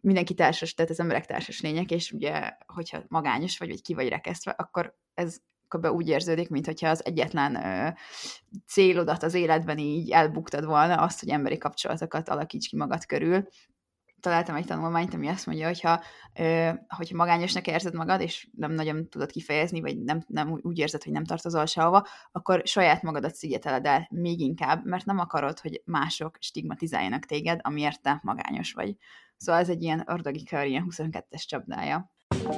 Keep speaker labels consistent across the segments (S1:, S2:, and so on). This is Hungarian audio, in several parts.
S1: mindenki társas, tehát az emberek társas lények, és ugye, hogyha magányos vagy ki vagy rekesztve, akkor ez kb. Úgy érződik, mint hogyha az egyetlen célodat az életben így elbuktad volna, azt, hogy emberi kapcsolatokat alakíts ki magad körül. Találtam egy tanulmányt, ami azt mondja, hogyha magányosnak érzed magad, és nem nagyon tudod kifejezni, vagy nem úgy érzed, hogy nem tartozol sehova, akkor saját magadat szigeteled el még inkább, mert nem akarod, hogy mások stigmatizáljanak téged, amiért te magányos vagy. Szóval ez egy ilyen ördögi kör, ilyen 22-es csapdája.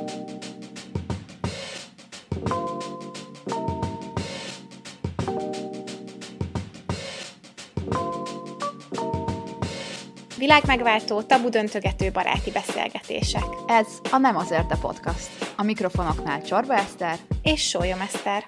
S2: Világmegváltó, tabudöntögető baráti beszélgetések.
S1: Ez a Nem azért a podcast. A mikrofonoknál Csorba Eszter
S2: és Sólyom Eszter.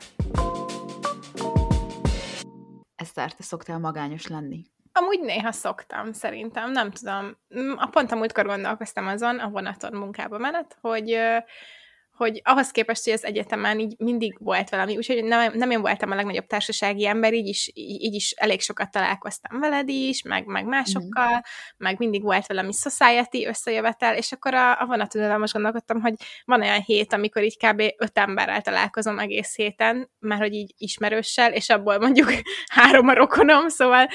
S1: Eszter, te szoktál magányos lenni?
S2: Amúgy néha szoktam, szerintem, nem tudom. Pont a múltkor gondolkoztam azon, a vonaton munkába menet, hogy ahhoz képest, hogy az egyetemen így mindig volt valami, úgyhogy nem én voltam a legnagyobb társasági ember, így is elég sokat találkoztam veled is, meg másokkal, meg mindig volt valami society összejövetel, és akkor a vonaton most gondolkodtam, hogy van olyan hét, amikor így kb. 5 emberrel találkozom egész héten, mert hogy így ismerőssel, és abból mondjuk 3 a rokonom, szóval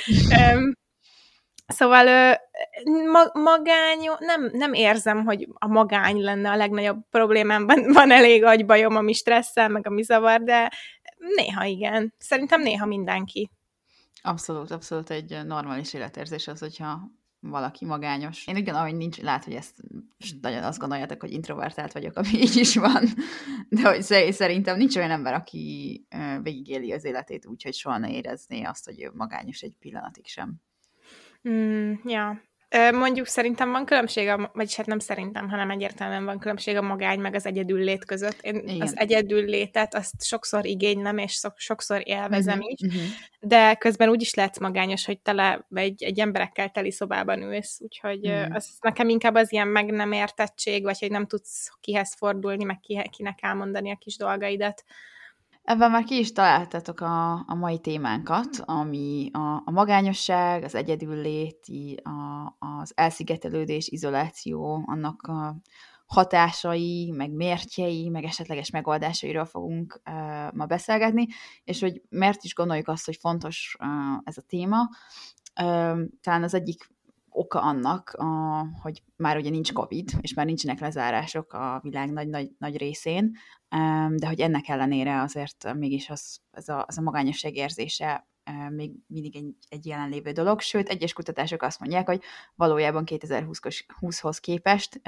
S2: nem érzem, hogy a magány lenne a legnagyobb problémám. Van elég agybajom, ami stresszel, meg ami zavar, de néha igen. Szerintem néha mindenki.
S1: Abszolút egy normális életérzés az, hogyha valaki magányos. Én ugyanúgy lát, hogy ezt nagyon azt gondoljátok, hogy introvertált vagyok, ami így is van, de hogy szerintem nincs olyan ember, aki végigéli az életét úgy, hogy soha ne érezné azt, hogy ő magányos egy pillanatig sem.
S2: Ja. Mondjuk szerintem van különbség, vagyis hát nem szerintem, hanem egyértelműen van különbség a magány meg az egyedüllét között. Én az egyedüllétet azt sokszor igénylem, és sokszor élvezem is, de közben úgy is lehetsz magányos, hogy tele egy emberekkel teli szobában ülsz, úgyhogy az nekem inkább az ilyen meg nem értettség, vagy hogy nem tudsz kihez fordulni, meg kinek elmondani a kis dolgaidat.
S1: Ebben már ki is találtatok a mai témánkat, ami a magányosság, az egyedüllét, az elszigetelődés, izoláció, annak a hatásai, meg mértjei, meg esetleges megoldásairól fogunk ma beszélgetni, és hogy miért is gondoljuk azt, hogy fontos ez a téma. Talán az egyik oka annak, hogy már ugye nincs Covid, és már nincsenek lezárások a világ nagy részén, de hogy ennek ellenére azért mégis ez a magányosság érzése még mindig egy jelenlévő dolog, sőt, egyes kutatások azt mondják, hogy valójában 2020-hoz képest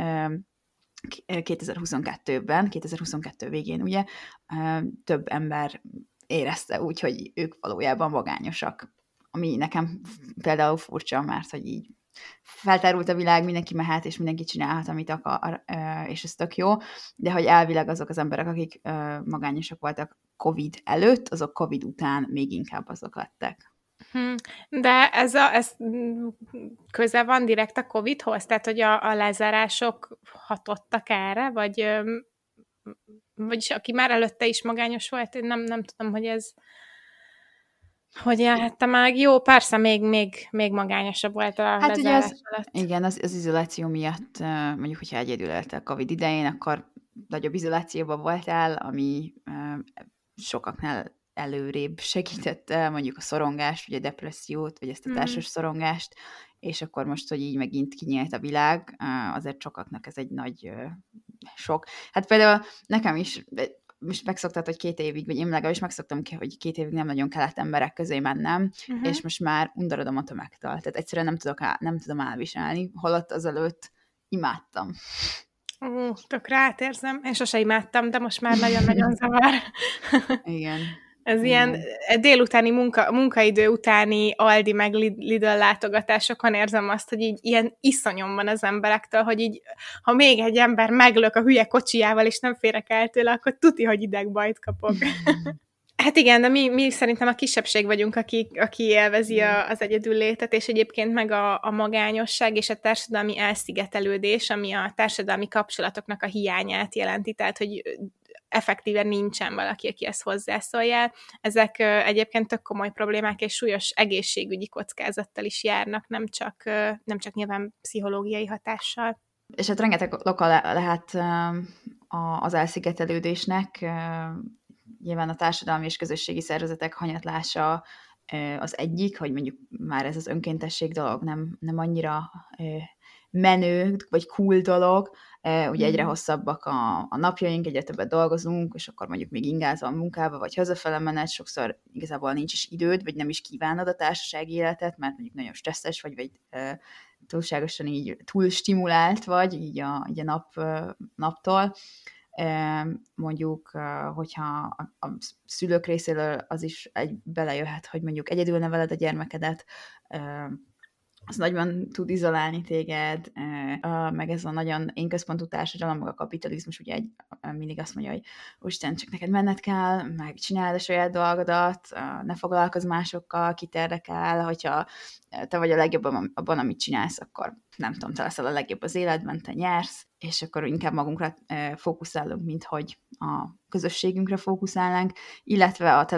S1: 2022-ben, 2022 végén ugye több ember érezte úgy, hogy ők valójában magányosak, ami nekem például furcsa, mert hogy így feltárult a világ, mindenki mehet, és mindenki csinálhat, amit akar, és ez tök jó, de hogy elvileg azok az emberek, akik magányosak voltak Covid előtt, azok Covid után még inkább azok lettek.
S2: De ez köze van direkt a Covid-hoz? Tehát, hogy a lezárások hatottak erre? Vagyis aki már előtte is magányos volt? Én nem tudom, hogy ez... Hogy élhette meg? Jó, persze, még magányosabb volt a lezárás alatt.
S1: Igen, az izoláció miatt, mondjuk, hogyha egyedül éltél a Covid idején, akkor nagyobb izolációban voltál, ami sokaknál előrébb segítette mondjuk a szorongást, vagy a depressziót, vagy ezt a társas szorongást, és akkor most, hogy így megint kinyílt a világ, azért sokaknak ez egy nagy sok. Hát például nekem is most megszoktad, hogy 2 évig, vagy én legalábbis megszoktam, hogy 2 évig nem nagyon kellett emberek közé mennem, és most már undorodom a tömegtől. Tehát egyszerűen nem tudom elviselni, holott azelőtt imádtam.
S2: Tökre átérzem. Én sose imádtam, de most már nagyon-nagyon zavar.
S1: Igen.
S2: Ez ilyen délutáni munkaidő utáni Aldi meg Lidl látogatásokon érzem azt, hogy így ilyen iszonyom van az emberektől, hogy így, ha még egy ember meglök a hülye kocsijával, és nem férek el tőle, akkor tuti, hogy idegbajt kapok. Hát igen, de mi szerintem a kisebbség vagyunk, aki élvezi az egyedüllétet, és egyébként meg a magányosság és a társadalmi elszigetelődés, ami a társadalmi kapcsolatoknak a hiányát jelenti, tehát hogy effektíven nincsen valaki, aki ezt hozzászóljál. Ezek egyébként tök komoly problémák, és súlyos egészségügyi kockázattal is járnak, nem csak nyilván pszichológiai hatással.
S1: És hát rengeteg oka lehet az elszigetelődésnek. Nyilván a társadalmi és közösségi szervezetek hanyatlása az egyik, hogy mondjuk már ez az önkéntesség dolog nem annyira menő, vagy cool dolog. Ugye egyre hosszabbak a napjaink, egyre többet dolgozunk, és akkor mondjuk még ingázol a munkába, vagy hazafele menet, sokszor igazából nincs is időd, vagy nem is kívánod a társasági életet, mert mondjuk nagyon stresszes vagy túlságosan így túl stimulált vagy így a naptól. Mondjuk, hogyha a szülők részéről az is belejöhet, hogy mondjuk egyedül neveled a gyermekedet, az nagyban tud izolálni téged, meg ez a nagyon énközpontú társadalom, meg a kapitalizmus ugye mindig azt mondja, hogy úristen, csak neked menned kell, meg csináld a saját dolgodat, ne foglalkozz másokkal, kit érdekel, hogyha te vagy a legjobb abban, amit csinálsz, akkor nem tudom, te leszel a legjobb az életben, te nyersz, és akkor inkább magunkra fókuszálunk, mint hogy a közösségünkre fókuszálnánk, illetve a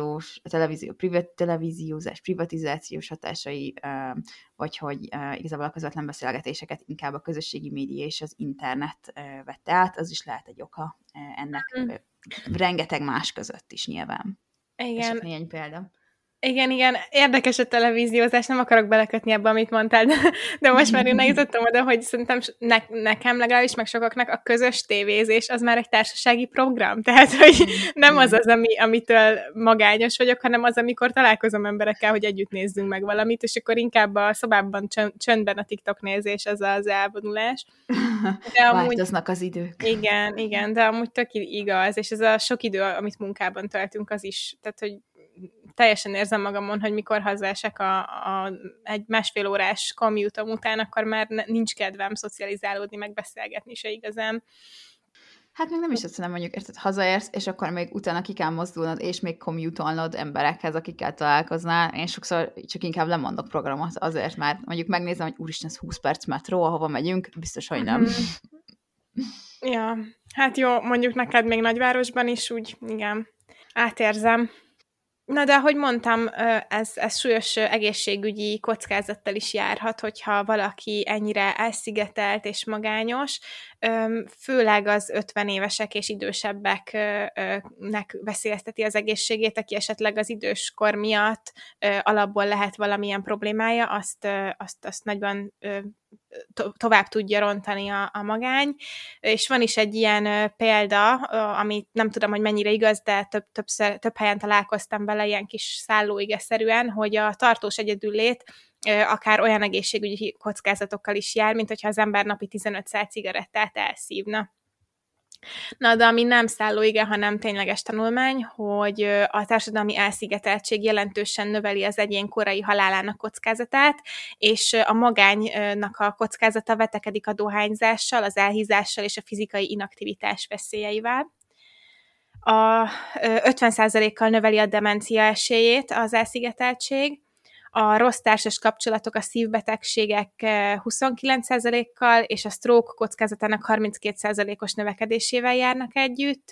S1: televíziózás, privatizációs hatásai, vagy hogy igazából a közvetlen beszélgetéseket inkább a közösségi média és az internet vette át, az is lehet egy oka ennek rengeteg más között is nyilván.
S2: Igen.
S1: És néhány példa.
S2: Igen, érdekes a televíziózás, nem akarok belekötni abba, amit mondtál, de most már én eljutottam oda, hogy szerintem nekem legalábbis, meg sokaknak a közös tévézés az már egy társasági program, tehát, hogy nem az, amitől magányos vagyok, hanem az, amikor találkozom emberekkel, hogy együtt nézzünk meg valamit, és akkor inkább a szobában csöndben a TikTok nézés az az elvonulás.
S1: Változnak az idők.
S2: Igen, de amúgy tök igaz, és ez a sok idő, amit munkában töltünk, az is, tehát, hogy teljesen érzem magamon, hogy mikor hazaesek egy másfél órás commute-om után, akkor már nincs kedvem szocializálódni, meg beszélgetni se igazán.
S1: Hát még nem is azt nem mondjuk, érted, hazaérsz, és akkor még utána ki kell mozdulnod, és még commute-olnod emberekhez, akikkel találkoznál. Én sokszor csak inkább lemondok programot azért, mert mondjuk megnézem, hogy úristen, ez 20 perc metró, ahova megyünk, biztos, hogy nem.
S2: Ja, hát jó, mondjuk neked még nagyvárosban is úgy, igen, átérzem. Na, de ahogy mondtam, ez súlyos egészségügyi kockázattal is járhat, hogyha valaki ennyire elszigetelt és magányos, főleg az 50 évesek és idősebbeknek veszélyezteti az egészségét, aki esetleg az időskor miatt alapból lehet valamilyen problémája, azt nagyban tovább tudja rontani a magány, és van is egy ilyen példa, amit nem tudom, hogy mennyire igaz, de több helyen találkoztam vele ilyen kis szállóige-szerűen, hogy a tartós egyedüllét akár olyan egészségügyi kockázatokkal is jár, mint hogyha az ember napi 15 szál cigarettát elszívna. Na, de ami nem szállóige, hanem tényleges tanulmány, hogy a társadalmi elszigeteltség jelentősen növeli az egyén korai halálának kockázatát, és a magánynak a kockázata vetekedik a dohányzással, az elhízással és a fizikai inaktivitás veszélyeivel. A 50%-kal növeli a demencia esélyét az elszigeteltség, a rossz társas kapcsolatok a szívbetegségek 29%-kal, és a stroke kockázatának 32%-os növekedésével járnak együtt.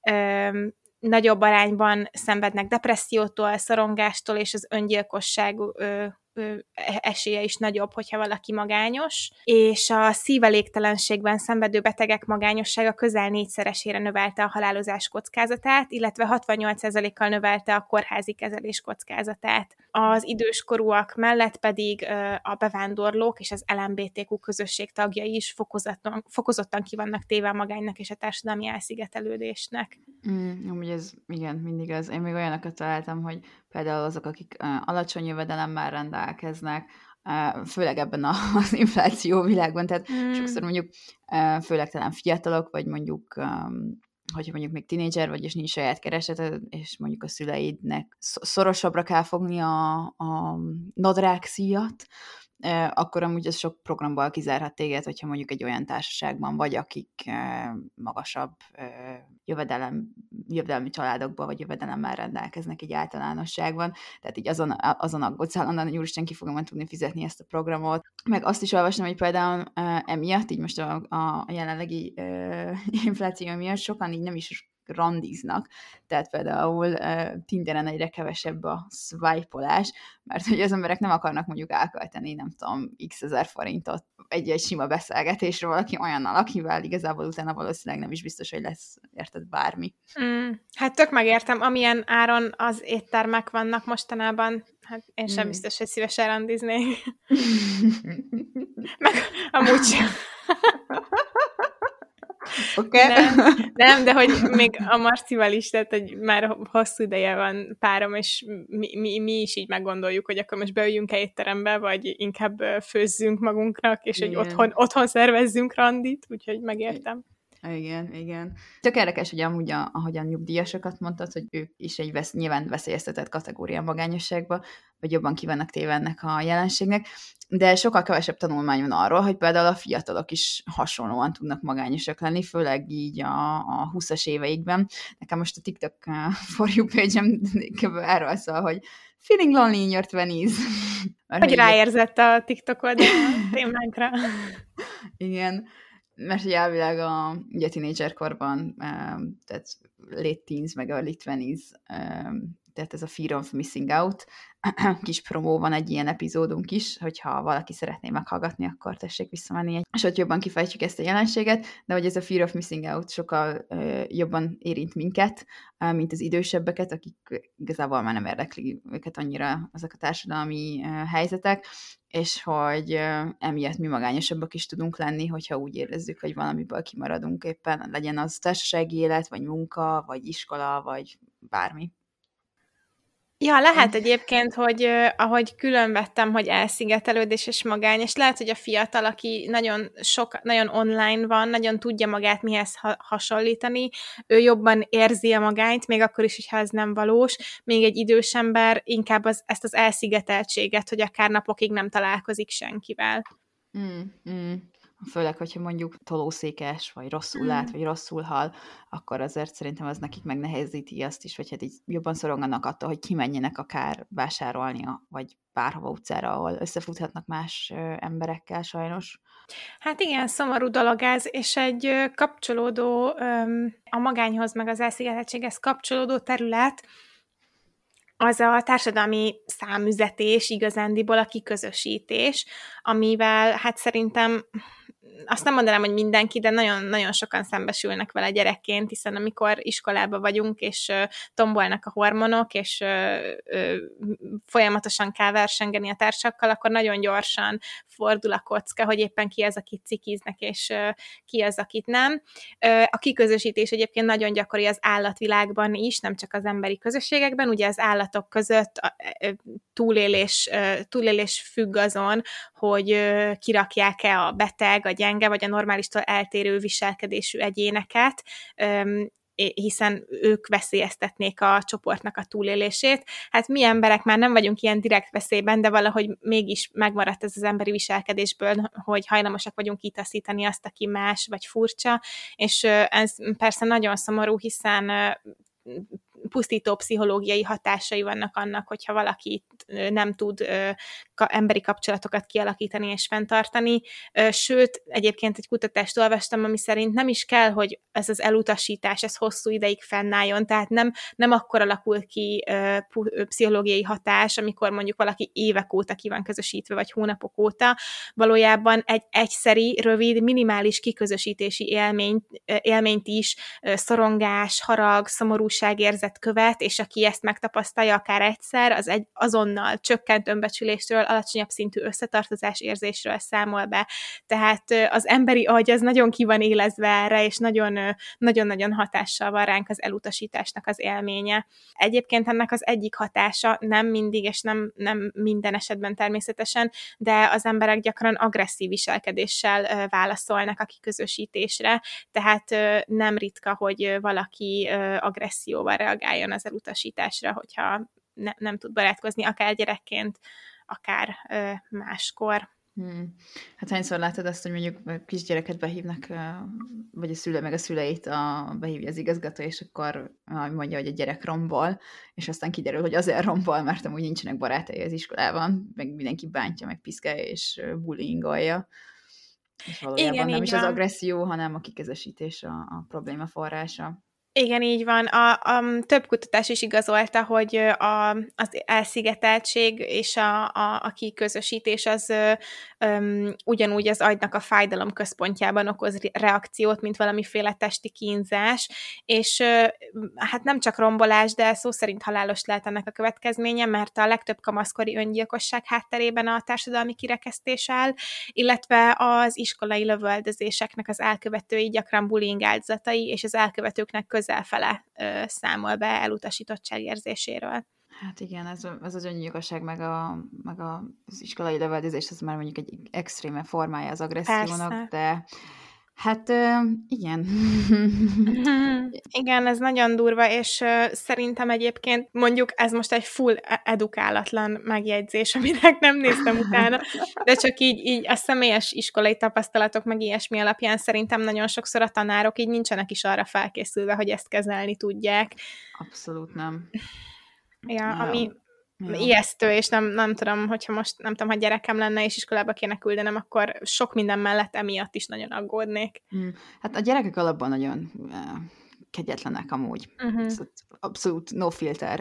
S2: Nagyobb arányban szenvednek depressziótól, szorongástól, és az öngyilkosság esélye is nagyobb, hogyha valaki magányos, és a szívelégtelenségben szenvedő betegek magányossága közel 4-szeresére növelte a halálozás kockázatát, illetve 68%-kal növelte a kórházi kezelés kockázatát. Az időskorúak mellett pedig a bevándorlók és az LMBTQ közösség tagjai is fokozottan ki vannak téve a magánynak és a társadalmi elszigetelődésnek.
S1: Amúgy ez igen, mindig az. Én még olyanokat találtam, hogy például azok, akik alacsony jövedelemmel rendelkeznek, főleg ebben az infláció világban, tehát sokszor mondjuk főleg talán fiatalok, vagy mondjuk hogyha mondjuk még tinédzser vagy, és nincs saját kereseted, és mondjuk a szüleidnek szorosabbra kell fogni a nadrág szíjat, akkor amúgy ez sok programból kizárhat téged, hogyha mondjuk egy olyan társaságban vagy, akik magasabb jövedelmi családokból vagy jövedelemmel rendelkeznek egy általánosságban. Tehát így azon aggódsz állandóan, hogy úristen, ki fogom tudni fizetni ezt a programot. Meg azt is olvastam, hogy például emiatt, így most a jelenlegi infláció miatt sokan így nem is randiznak, tehát például Tinderen egyre kevesebb a swipe-olás, mert hogy az emberek nem akarnak mondjuk elkölteni, nem tudom, x ezer forintot egy sima beszélgetésre valaki olyannal, akivel igazából utána valószínűleg nem is biztos, hogy lesz érted bármi.
S2: Hát tök megértem, amilyen áron az éttermek vannak mostanában, hát én sem biztos, hogy szívesen randiznék. Meg amúgy sem.
S1: Okay.
S2: Nem, de hogy még a Marcival is, tehát hogy már hosszú ideje van párom, és mi is így meggondoljuk, hogy akkor most beüljünk-e étterembe, vagy inkább főzzünk magunknak, és hogy otthon szervezzünk randit, úgyhogy megértem.
S1: Igen. Tök érdekes, hogy amúgy, ahogy a nyugdíjasokat mondtad, hogy ők is egy nyilván veszélyeztetett kategória magányosságba, vagy jobban ki vannak téve ennek a jelenségnek, de sokkal kevesebb tanulmány van arról, hogy például a fiatalok is hasonlóan tudnak magányosak lenni, főleg így a 20-as éveikben. Nekem most a TikTok For You page-em erről szól, hogy feeling lonely in your 20s.
S2: Hogy ráérzett a TikTok oldalra témánkra.
S1: Igen. Mert ugye elvileg ugye tínédzserkorban, tehát late teens, meg early 20s, tehát ez a fear of missing out, kis promó van egy ilyen epizódunk is, hogyha valaki szeretné meghallgatni, akkor tessék visszamenni, és ott jobban kifejtjük ezt a jelenséget, de hogy ez a fear of missing out sokkal jobban érint minket, mint az idősebbeket, akik igazából már nem érdekli őket annyira ezek a társadalmi helyzetek, és hogy emiatt mi magányosabbak is tudunk lenni, hogyha úgy érezzük, hogy valamiből kimaradunk éppen, legyen az társasági élet, vagy munka, vagy iskola, vagy bármi.
S2: Ja, lehet egyébként, hogy ahogy különvettem, hogy elszigetelődés és magány, és lehet, hogy a fiatal, aki nagyon online van, nagyon tudja magát mihez hasonlítani, ő jobban érzi a magányt, még akkor is, hogyha ez nem valós, még egy idős ember inkább ezt az elszigeteltséget, hogy akár napokig nem találkozik senkivel.
S1: Főleg, hogyha mondjuk tolószékes, vagy rosszul lát, vagy rosszul hal, akkor azért szerintem az nekik megnehezíti azt is, vagy hát így jobban szoronganak attól, hogy kimenjenek akár vásárolni, vagy bárhova utcára, ahol összefuthatnak más emberekkel sajnos.
S2: Hát igen, szomorú dolog ez, és egy kapcsolódó, a magányhoz, meg az elszigeteltséghez kapcsolódó terület, az a társadalmi számüzetés igazándiból, a kiközösítés, amivel hát szerintem azt nem mondanám, hogy mindenki, de nagyon-nagyon sokan szembesülnek vele gyerekként, hiszen amikor iskolában vagyunk, és tombolnak a hormonok, és folyamatosan kell versengeni a társakkal, akkor nagyon gyorsan fordul a kocka, hogy éppen ki az, akit cikiznek, és ki az, akit nem. A kiközösítés egyébként nagyon gyakori az állatvilágban is, nem csak az emberi közösségekben, ugye az állatok között túlélés függ azon, hogy kirakják-e a beteg, a gyenge, vagy a normálistól eltérő viselkedésű egyéneket, hiszen ők veszélyeztetnék a csoportnak a túlélését. Hát mi emberek már nem vagyunk ilyen direkt veszélyben, de valahogy mégis megmaradt ez az emberi viselkedésből, hogy hajlamosak vagyunk kitaszítani azt, aki más, vagy furcsa, és ez persze nagyon szomorú, hiszen pusztító pszichológiai hatásai vannak annak, hogyha valaki nem tud emberi kapcsolatokat kialakítani és fenntartani. Sőt, egyébként egy kutatást olvastam, ami szerint nem is kell, hogy ez az elutasítás, ez hosszú ideig fennálljon, tehát nem akkor alakul ki pszichológiai hatás, amikor mondjuk valaki évek óta ki van közösítve, vagy hónapok óta. Valójában egy egyszeri, rövid, minimális kiközösítési élményt is, szorongás, harag, szomorúságérzet követ, és aki ezt megtapasztalja akár egyszer, az azonnal csökkent önbecsüléstől, alacsonyabb szintű összetartozás érzésről számol be. Tehát az emberi agy az nagyon ki van élezve erre, és nagyon-nagyon hatással van ránk az elutasításnak az élménye. Egyébként ennek az egyik hatása, nem mindig, és nem minden esetben természetesen, de az emberek gyakran agresszív viselkedéssel válaszolnak a kiközösítésre, tehát nem ritka, hogy valaki agresszióval reagáljon az elutasításra, hogyha nem tud barátkozni, akár gyerekként, akár máskor.
S1: Hát hányszor látod azt, hogy mondjuk kisgyereket behívnak, vagy a szülő meg a szüleit behívja az igazgató, és akkor mondja, hogy a gyerek rombol, és aztán kiderül, hogy azért rombol, mert amúgy nincsenek barátai az iskolában, meg mindenki bántja, meg piszkálja, és bullyingolja. És valójában igen, nem is az agresszió, hanem a kiközösítés a probléma forrása.
S2: Igen, így van. Több kutatás is igazolta, hogy az elszigeteltség és a kiközösítés az ugyanúgy az agynak a fájdalom központjában okoz reakciót, mint valamiféle testi kínzás, és hát nem csak rombolás, de szó szerint halálos lehet ennek a következménye, mert a legtöbb kamaszkori öngyilkosság hátterében a társadalmi kirekesztés áll, illetve az iskolai lövöldözéseknek az elkövetői gyakran bullying áldozatai, és az elkövetőknek közelfele számol be elutasítottság érzéséről.
S1: Hát igen, ez az öngyilkosság, meg az iskolai lövöldözés, ez már mondjuk egy extréme formája az agressziónak,
S2: Persze.
S1: de hát igen.
S2: Igen, ez nagyon durva, és szerintem egyébként mondjuk ez most egy full edukálatlan megjegyzés, aminek nem néztem utána, de csak így a személyes iskolai tapasztalatok meg ilyesmi alapján szerintem nagyon sokszor a tanárok így nincsenek is arra felkészülve, hogy ezt kezelni tudják.
S1: Abszolút nem.
S2: Ja, ami ijesztő, és nem tudom, hogyha most nem tudom, ha gyerekem lenne, és iskolába kéne küldenem, akkor sok minden mellett emiatt is nagyon aggódnék.
S1: Hát a gyerekek alapban nagyon kegyetlenek amúgy. Abszolút no filter.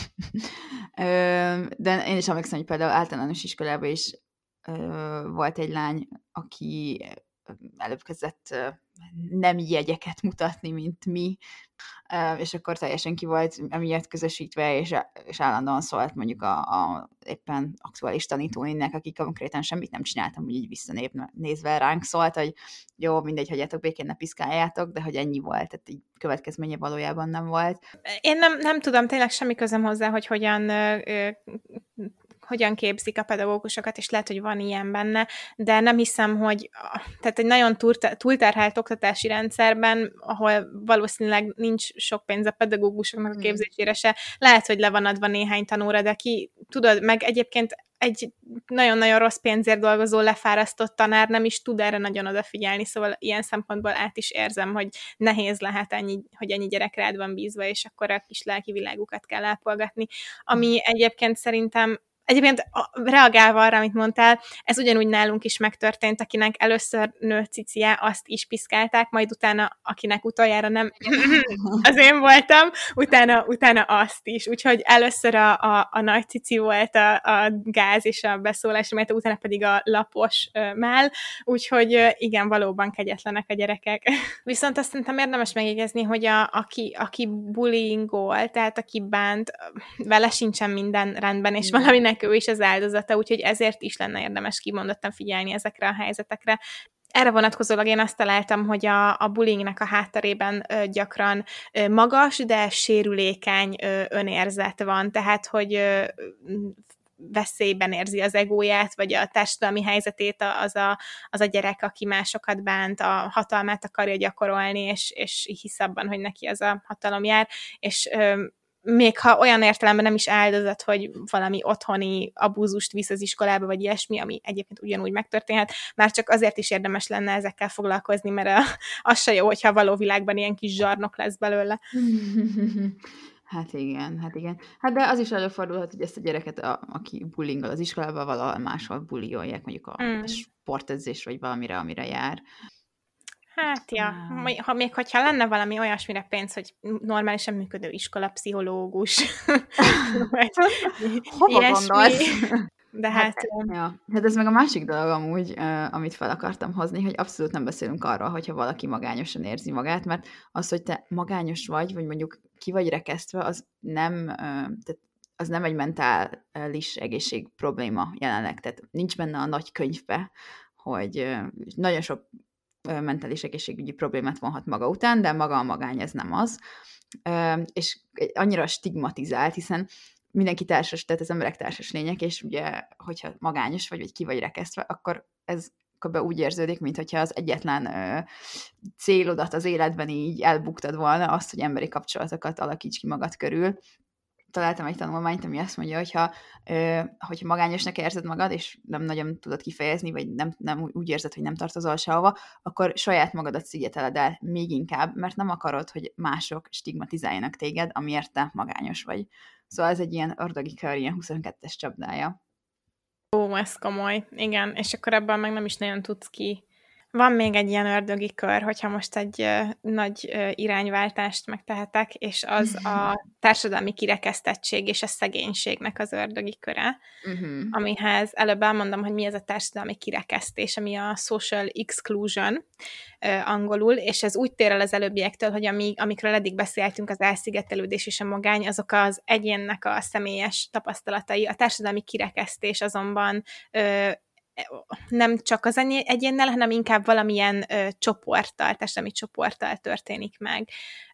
S1: De én is emlékszem, hogy például általános iskolában is volt egy lány, aki előbb kezdett nem jegyeket mutatni, mint mi, és akkor teljesen ki volt emiatt közösítve, és állandóan szólt mondjuk a éppen aktuális tanítónének, aki konkrétan semmit nem csináltam, úgy így visszanézve ránk szólt, hogy jó, mindegy, hagyjátok békén, ne piszkáljátok, de hogy ennyi volt, tehát így következménye valójában nem volt.
S2: Én nem tudom, tényleg semmi közöm hozzá, hogy hogyan képzik a pedagógusokat, és lehet, hogy van ilyen benne, de nem hiszem, hogy tehát egy nagyon túlterhelt oktatási rendszerben, ahol valószínűleg nincs sok pénz a pedagógusoknak a képzésére se, lehet, hogy le van adva néhány tanóra, de tudod, meg egyébként egy nagyon-nagyon rossz pénzért dolgozó, lefárasztott tanár nem is tud erre nagyon odafigyelni, szóval ilyen szempontból át is érzem, hogy nehéz lehet hogy ennyi gyerek rád van bízva, és akkor a kis lelki világukat kell elpolgatni. Ami egyébként szerintem reagálva arra, amit mondtál, ez ugyanúgy nálunk is megtörtént, akinek először nőtt cicie, azt is piszkálták, majd utána, akinek utoljára nem, az én voltam, utána azt is. Úgyhogy először a nagy cici volt a gáz és a beszólás, mert utána pedig a lapos mell, úgyhogy igen, valóban kegyetlenek a gyerekek. Viszont azt szerintem érdemes megjegyezni, hogy aki bullyingol, tehát aki bánt, vele sincsen minden rendben, és valaminek ő is az áldozata, úgyhogy ezért is lenne érdemes kimondottan figyelni ezekre a helyzetekre. Erre vonatkozólag én azt találtam, hogy a bullyingnek a hátterében gyakran magas, de sérülékeny önérzet van, tehát hogy veszélyben érzi az egóját, vagy a társadalmi helyzetét az a gyerek, aki másokat bánt, a hatalmát akarja gyakorolni, és hisz abban, hogy neki az a hatalom jár, és még ha olyan értelemben nem is áldozat, hogy valami otthoni abúzust visz az iskolába, vagy ilyesmi, ami egyébként ugyanúgy megtörténhet, már csak azért is érdemes lenne ezekkel foglalkozni, mert az se jó, hogyha a való világban ilyen kis zsarnok lesz belőle.
S1: Hát igen. Hát de az is előfordulhat, hogy ezt a gyereket, aki bullyingol az iskolában, valahol máshol bullyolják, mondjuk a sportedzés, vagy valamire, amire jár.
S2: Hát ja, még hogyha lenne valami olyasmire pénz, hogy normálisan működő iskolapszichológus.
S1: Hova gondolsz?
S2: De hát
S1: ez meg a másik dolog amúgy, amit fel akartam hozni, hogy abszolút nem beszélünk arról, hogyha valaki magányosan érzi magát, mert az, hogy te magányos vagy mondjuk ki vagy rekesztve, az nem egy mentális egészség probléma jelenleg. Tehát nincs benne a nagy könyvbe, hogy nagyon sok mentális egészségügyi problémát vonhat maga után, de maga a magány ez nem az. És annyira stigmatizált, hiszen mindenki társas, tehát az emberek társas lények, és ugye, hogyha magányos vagy ki vagy rekesztve, akkor ez úgy érződik, mintha az egyetlen célodat az életben így elbuktad volna, azt, hogy emberi kapcsolatokat alakíts ki magad körül. Találtam egy tanulmányt, ami azt mondja, hogyha magányosnak érzed magad, és nem nagyon tudod kifejezni, vagy nem úgy érzed, hogy nem tartozol sehova, akkor saját magadat szigeteled el még inkább, mert nem akarod, hogy mások stigmatizáljanak téged, amiért te magányos vagy. Szóval ez egy ilyen ördögi kör, ilyen 22-es csapdája.
S2: Ó, ez komoly. Igen, és akkor ebben meg nem is nagyon tudsz Van még egy ilyen ördögi kör, hogyha most egy nagy irányváltást megtehetek, és az a társadalmi kirekesztettség és a szegénységnek az ördögi köre, amihez előbb elmondom, hogy mi ez a társadalmi kirekesztés, ami a social exclusion angolul, és ez úgy tér el az előbbiektől, hogy amikről eddig beszéltünk, az elszigetelődés és a magány, azok az egyénnek a személyes tapasztalatai. A társadalmi kirekesztés azonban nem csak az egyénnel, hanem inkább valamilyen csoporttal, társadalmi csoporttal történik meg.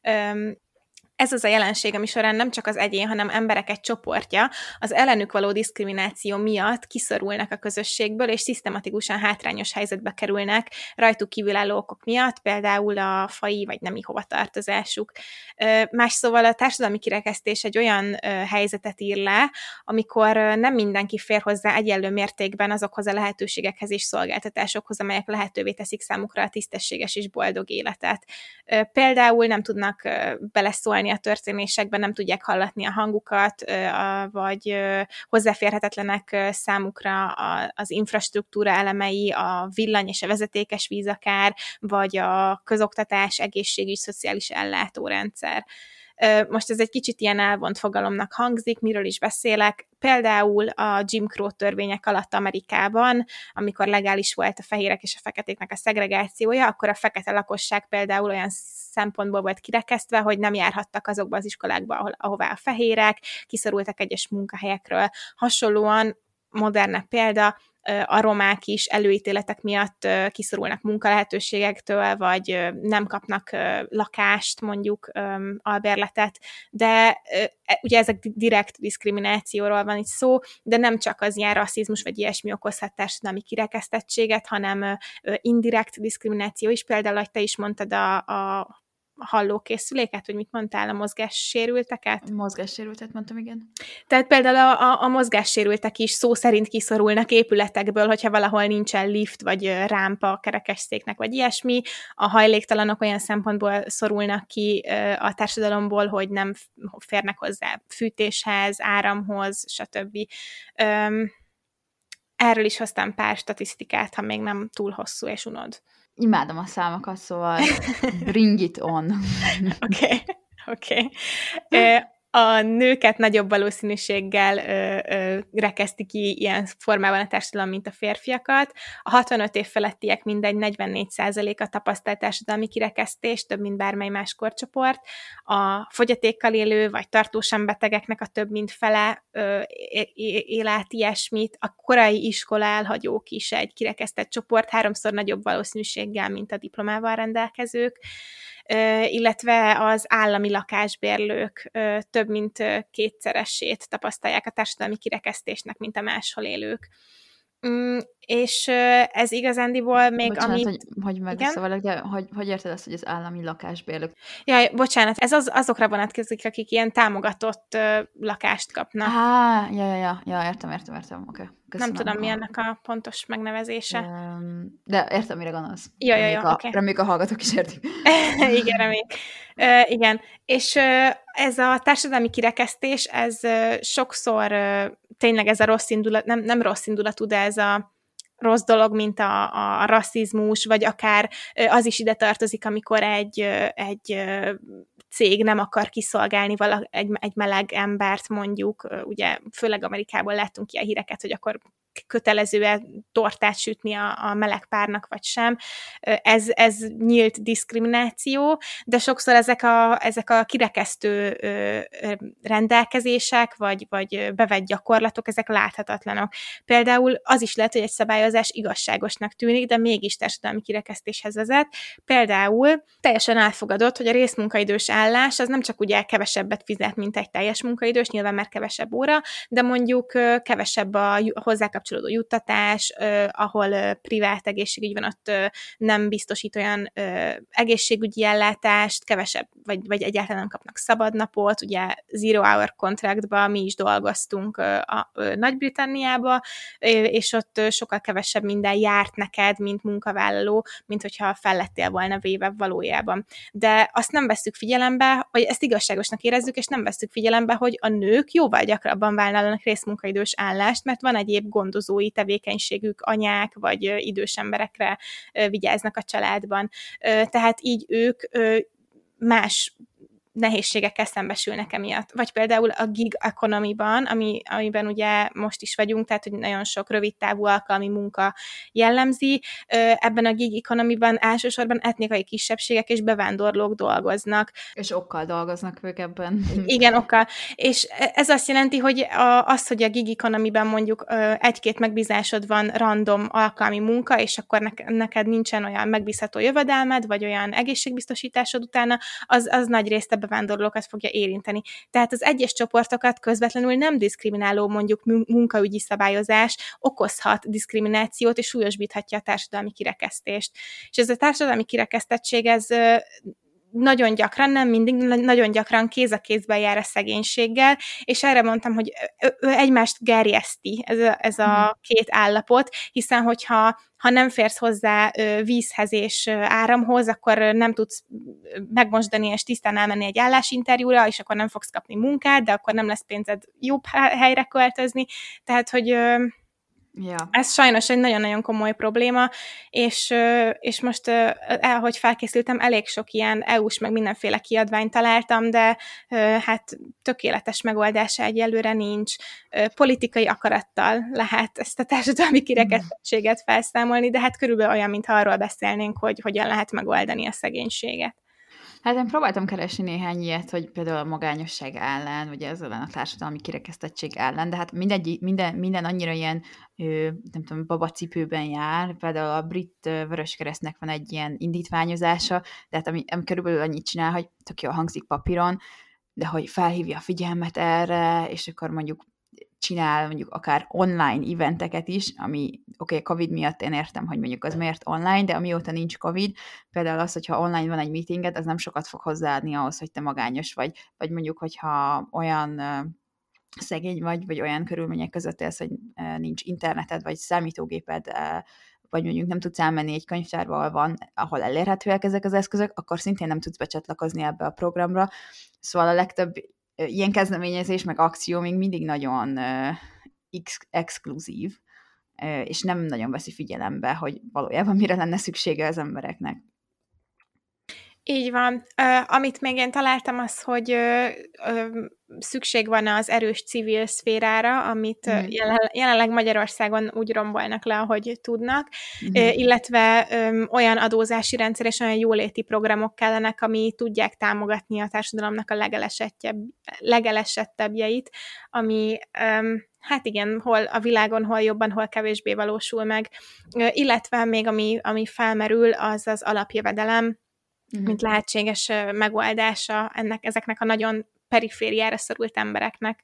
S2: Ez az a jelenség, ami során nem csak az egyén, hanem emberek egy csoportja az ellenük való diszkrimináció miatt kiszorulnak a közösségből, és szisztematikusan hátrányos helyzetbe kerülnek rajtuk kívülálló okok miatt, például a faji vagy nemi hovatartozásuk. Más szóval a társadalmi kirekesztés egy olyan helyzetet ír le, amikor nem mindenki fér hozzá egyenlő mértékben azokhoz a lehetőségekhez és szolgáltatásokhoz, amelyek lehetővé teszik számukra a tisztességes és boldog életet. Például nem tudnak beleszólni a történésekben, nem tudják hallatni a hangukat, vagy hozzáférhetetlenek számukra az infrastruktúra elemei, a villany és a vezetékes víz akár, vagy a közoktatás, egészségügy, szociális ellátórendszer. Most ez egy kicsit ilyen elvont fogalomnak hangzik, miről is beszélek. Például a Jim Crow törvények alatt Amerikában, amikor legális volt a fehérek és a feketéknek a szegregációja, akkor a fekete lakosság például olyan szempontból volt kirekesztve, hogy nem járhattak azokba az iskolákba, ahová a fehérek, kiszorultak egyes munkahelyekről. Hasonlóan modernebb példa, a romák is előítéletek miatt kiszorulnak munkalehetőségektől, vagy nem kapnak lakást, mondjuk albérletet, de ugye ezek direkt diszkriminációról van itt szó, de nem csak az ilyen rasszizmus vagy ilyesmi okozhat társadalmi kirekesztettséget, hanem indirekt diszkrimináció is, például, ahogy te is mondtad a hallókészüléket, vagy mit mondtál, a mozgássérülteket?
S1: Mozgássérültet mondtam, igen.
S2: Tehát például a mozgássérültek is szó szerint kiszorulnak épületekből, hogyha valahol nincsen lift, vagy rámpa a kerekesszéknek, vagy ilyesmi. A hajléktalanok olyan szempontból szorulnak ki a társadalomból, hogy nem férnek hozzá fűtéshez, áramhoz, stb. Erről is hoztam pár statisztikát, ha még nem túl hosszú és unod.
S1: Imádom a számokat, szóval bring it on.
S2: Oké. A nőket nagyobb valószínűséggel rekeszti ki ilyen formában a társadalom, mint a férfiakat. A 65 év felettiek mindegy 44%-a tapasztalt társadalmi kirekesztést, több, mint bármely más korcsoport. A fogyatékkal élő vagy tartósan betegeknek a több, mint fele él át ilyesmit. A korai iskola elhagyók is egy kirekesztett csoport, 3-szor nagyobb valószínűséggel, mint a diplomával rendelkezők, illetve az állami lakásbérlők több mint 2-szeresét tapasztalják a társadalmi kirekesztésnek, mint a máshol élők. És ez igazándiból még
S1: bocsánat, hogy megszólalok, de hogy érted azt, hogy az állami lakásbérlők?
S2: Jaj, bocsánat, ez azokra vonatkozik, akik ilyen támogatott lakást kapnak.
S1: Értem, oké.
S2: Nem tudom, mi ennek a pontos megnevezése.
S1: De értem, mire gondolsz.
S2: Oké.
S1: Reméljük a hallgatók is értik.
S2: Igen, reméljük. Igen, és ez a társadalmi kirekesztés, ez sokszor tényleg ez a rossz indulat, nem rossz indulatú, de ez a rossz dolog, mint a rasszizmus, vagy akár az is ide tartozik, amikor egy cég nem akar kiszolgálni egy meleg embert, mondjuk, ugye főleg Amerikából láttunk ilyen híreket, hogy akkor kötelező-e tortát sütni a meleg párnak, vagy sem. Ez nyílt diszkrimináció, de sokszor ezek a kirekesztő rendelkezések, vagy bevett gyakorlatok, ezek láthatatlanok. Például az is lehet, hogy egy szabályozás igazságosnak tűnik, de mégis társadalmi kirekesztéshez vezet. Például teljesen elfogadott, hogy a részmunkaidős állás az nem csak ugye kevesebbet fizet, mint egy teljes munkaidős, nyilván már kevesebb óra, de mondjuk kevesebb a hozzákapcsolódó juttatás, ahol privát egészségügy van, ott nem biztosít olyan egészségügyi ellátást, kevesebb, vagy egyáltalán nem kapnak szabadnapot, ugye zero hour contractba mi is dolgoztunk a Nagy-Britanniába, és ott sokkal kevesebb minden járt neked, mint munkavállaló, mint hogyha fel lettél volna véve valójában. De azt nem vesszük figyelembe, hogy ezt igazságosnak érezzük, és nem vesszük figyelembe, hogy a nők jóval gyakrabban vállalnak részmunkaidős állást, mert van egyéb gondok gondozói tevékenységük, anyák, vagy idős emberekre vigyáznak a családban. Tehát így ők más nehézségekkel szembesülnek emiatt. Vagy például a gig economy-ban, amiben ugye most is vagyunk, tehát hogy nagyon sok rövidtávú alkalmi munka jellemzi. Ebben a gig economy-ban elsősorban etnikai kisebbségek és bevándorlók dolgoznak.
S1: És okkal dolgoznak ők ebben.
S2: Igen, okkal. És ez azt jelenti, hogy hogy a gig economy-ben mondjuk egy-két megbízásod van random alkalmi munka, és akkor neked nincsen olyan megbízható jövedelmed, vagy olyan egészségbiztosításod utána, az nagy részt a bevándorlókat fogja érinteni. Tehát az egyes csoportokat közvetlenül nem diszkrimináló mondjuk munkaügyi szabályozás okozhat diszkriminációt, és súlyosbíthatja a társadalmi kirekesztést. És ez a társadalmi kirekesztettség, ez nagyon gyakran, nem mindig, nagyon gyakran kéz a kézben jár a szegénységgel, és erre mondtam, hogy egymást gerjeszti ez a két állapot, hiszen hogyha nem férsz hozzá vízhez és áramhoz, akkor nem tudsz megmosdani és tisztán elmenni egy állásinterjúra, és akkor nem fogsz kapni munkát, de akkor nem lesz pénzed jobb helyre költözni. Tehát, hogy ez sajnos egy nagyon-nagyon komoly probléma, és most, ahogy felkészültem, elég sok ilyen EU-s, meg mindenféle kiadványt találtam, de hát tökéletes megoldása egyelőre nincs. Politikai akarattal lehet ezt a társadalmi kirekesztettséget felszámolni, de hát körülbelül olyan, mintha arról beszélnénk, hogy hogyan lehet megoldani a szegénységet.
S1: Hát én próbáltam keresni néhány ilyet, hogy például a magányosság ellen, vagy ez ellen a társadalmi kirekesztettség ellen, de hát minden annyira ilyen, nem tudom, babacipőben jár. Például a brit Vöröskeresztnek van egy ilyen indítványozása, de hát ami körülbelül annyit csinál, hogy tök jól hangzik papíron, de hogy felhívja a figyelmet erre, és akkor mondjuk csinál mondjuk akár online eventeket is, ami oké, Covid miatt én értem, hogy mondjuk az miért online, de amióta nincs Covid, például az, hogyha online van egy meetinged, az nem sokat fog hozzáadni ahhoz, hogy te magányos vagy mondjuk, hogyha olyan szegény vagy olyan körülmények között élsz, hogy nincs interneted, vagy számítógéped, vagy mondjuk nem tudsz elmenni egy könyvtárba, ahol elérhetőek ezek az eszközök, akkor szintén nem tudsz becsatlakozni ebbe a programra. Szóval a legtöbb ilyen kezdeményezés, meg akció még mindig nagyon exkluzív, és nem nagyon veszi figyelembe, hogy valójában mire lenne szüksége az embereknek.
S2: Így van. Amit még én találtam, az, hogy szükség van az erős civil szférára, amit jelenleg Magyarországon úgy rombolnak le, ahogy tudnak, illetve olyan adózási rendszer és olyan jóléti programok kellenek, ami tudják támogatni a társadalomnak a legelesettebbjeit, ami hát igen, hol a világon, hol jobban, hol kevésbé valósul meg. Illetve még felmerül, az az alapjövedelem, mint lehetséges megoldása ezeknek a nagyon perifériára szorult embereknek.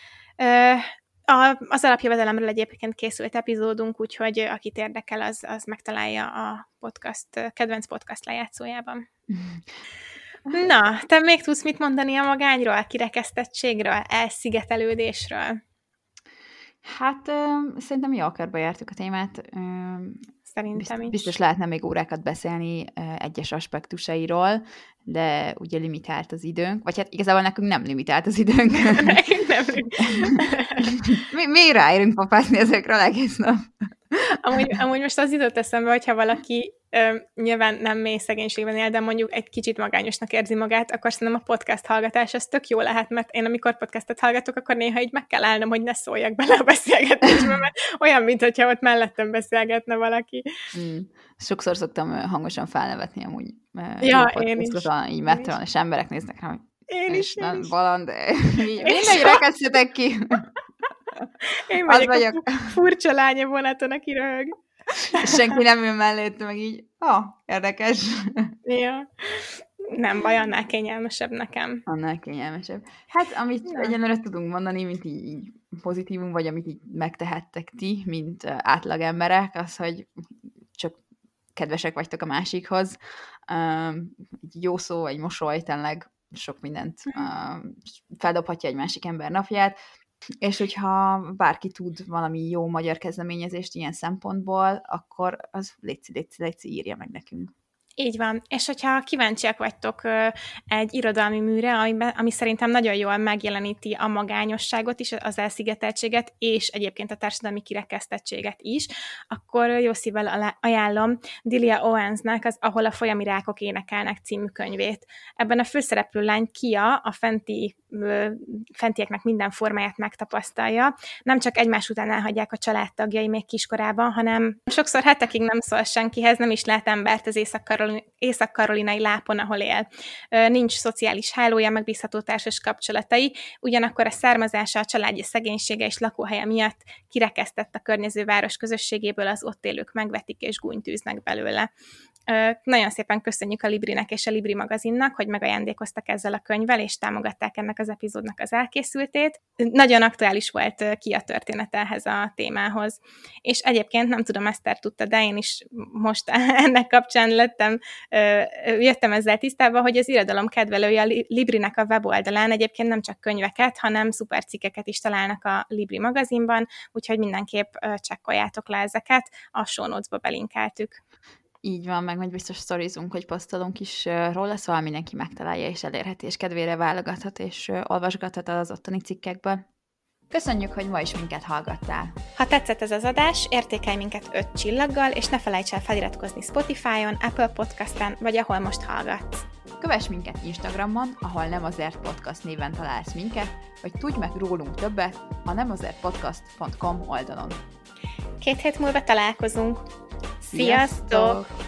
S2: Az alapjövedelemről egyébként készült epizódunk, úgyhogy akit érdekel, az megtalálja a kedvenc podcast lejátszójában. Na, te még tudsz mit mondani a magányról, kirekesztettségről, elszigetelődésről?
S1: Hát szerintem jól körbe jártuk a témát.
S2: Szerintem is.
S1: Biztos lehetne még órákat beszélni egyes aspektusairól, de ugye limitált az időnk, vagy hát igazából nekünk nem limitált az időnk.
S2: Nekünk nem.
S1: Mi ráérünk papászni ezekről egész nap.
S2: Amúgy most az jutott eszembe, hogyha valaki nyilván nem mély szegénységben él, de mondjuk egy kicsit magányosnak érzi magát, akkor szerintem a podcast hallgatás az tök jó lehet, mert én amikor podcastet hallgatok, akkor néha így meg kell állnom, hogy ne szóljak bele a beszélgetésbe, mert olyan, mintha ott mellettem beszélgetne valaki.
S1: Sokszor szoktam hangosan felnevetni amúgy.
S2: Ja, én is.
S1: Így metron, és emberek néznek rá, hogy
S2: én is.
S1: Baland, mindegy, rekesztetek ki.
S2: Én vagyok a furcsa lánya vonaton, aki röhög.
S1: És senki nem jön mellé, meg így, érdekes.
S2: Ja. Nem baj, annál kényelmesebb nekem.
S1: Annál kényelmesebb. Hát, amit egyenlőre tudunk mondani, mint így pozitívum, vagy amit így megtehettek ti, mint átlag emberek, az, hogy csak kedvesek vagytok a másikhoz. Egy jó szó, egy mosoly, tényleg sok mindent feldobhatja egy másik ember napját, és hogyha bárki tud valami jó magyar kezdeményezést ilyen szempontból, akkor az léci írja meg nekünk.
S2: Így van. És hogyha kíváncsiak vagytok egy irodalmi műre, ami szerintem nagyon jól megjeleníti a magányosságot is, az elszigeteltséget, és egyébként a társadalmi kirekesztettséget is, akkor jó szívvel ajánlom Delia Owensnek az Ahol a folyami rákok énekelnek című könyvét. Ebben a főszereplő lány Kia a fentieknek minden formáját megtapasztalja. Nem csak egymás után elhagyják a családtagjai még kiskorában, hanem sokszor hetekig nem szól senkihez, nem is lát embert az észak-karolinai lápon, ahol él. Nincs szociális hálója, megbízható társas kapcsolatai, ugyanakkor a származása, a családja szegénysége és lakóhelye miatt kirekesztett a környező város közösségéből, az ott élők megvetik és gúnytűznek belőle. Nagyon szépen köszönjük a Librinek és a Libri magazinnak, hogy megajándékoztak ezzel a könyvvel, és támogatták ennek az epizódnak az elkészültét. Nagyon aktuális volt Kia története ehhez a témához. És egyébként nem tudom, Eszter tudta, de én is most ennek kapcsán jöttem ezzel tisztába, hogy az irodalom kedvelői a Librinek a weboldalán egyébként nem csak könyveket, hanem szuper cikkeket is találnak a Libri magazinban, úgyhogy mindenképp csekkoljátok le ezeket, a show notes-ba belinkeltük.
S1: Így van, meg majd biztos sztorizunk, hogy posztolunk is róla, szóval mindenki megtalálja és elérheti, és kedvére válogathat, és olvasgathat az ottani cikkekből. Köszönjük, hogy ma is minket hallgattál!
S2: Ha tetszett ez az adás, értékelj minket 5 csillaggal, és ne felejts el feliratkozni Spotify-on, Apple Podcast-en, vagy ahol most hallgatsz.
S1: Kövess minket Instagramon, ahol Nem azért podcast néven találsz minket, vagy tudj meg rólunk többet a nemazertpodcast.com oldalon.
S2: 2 hét múlva találkozunk. Sziasztok!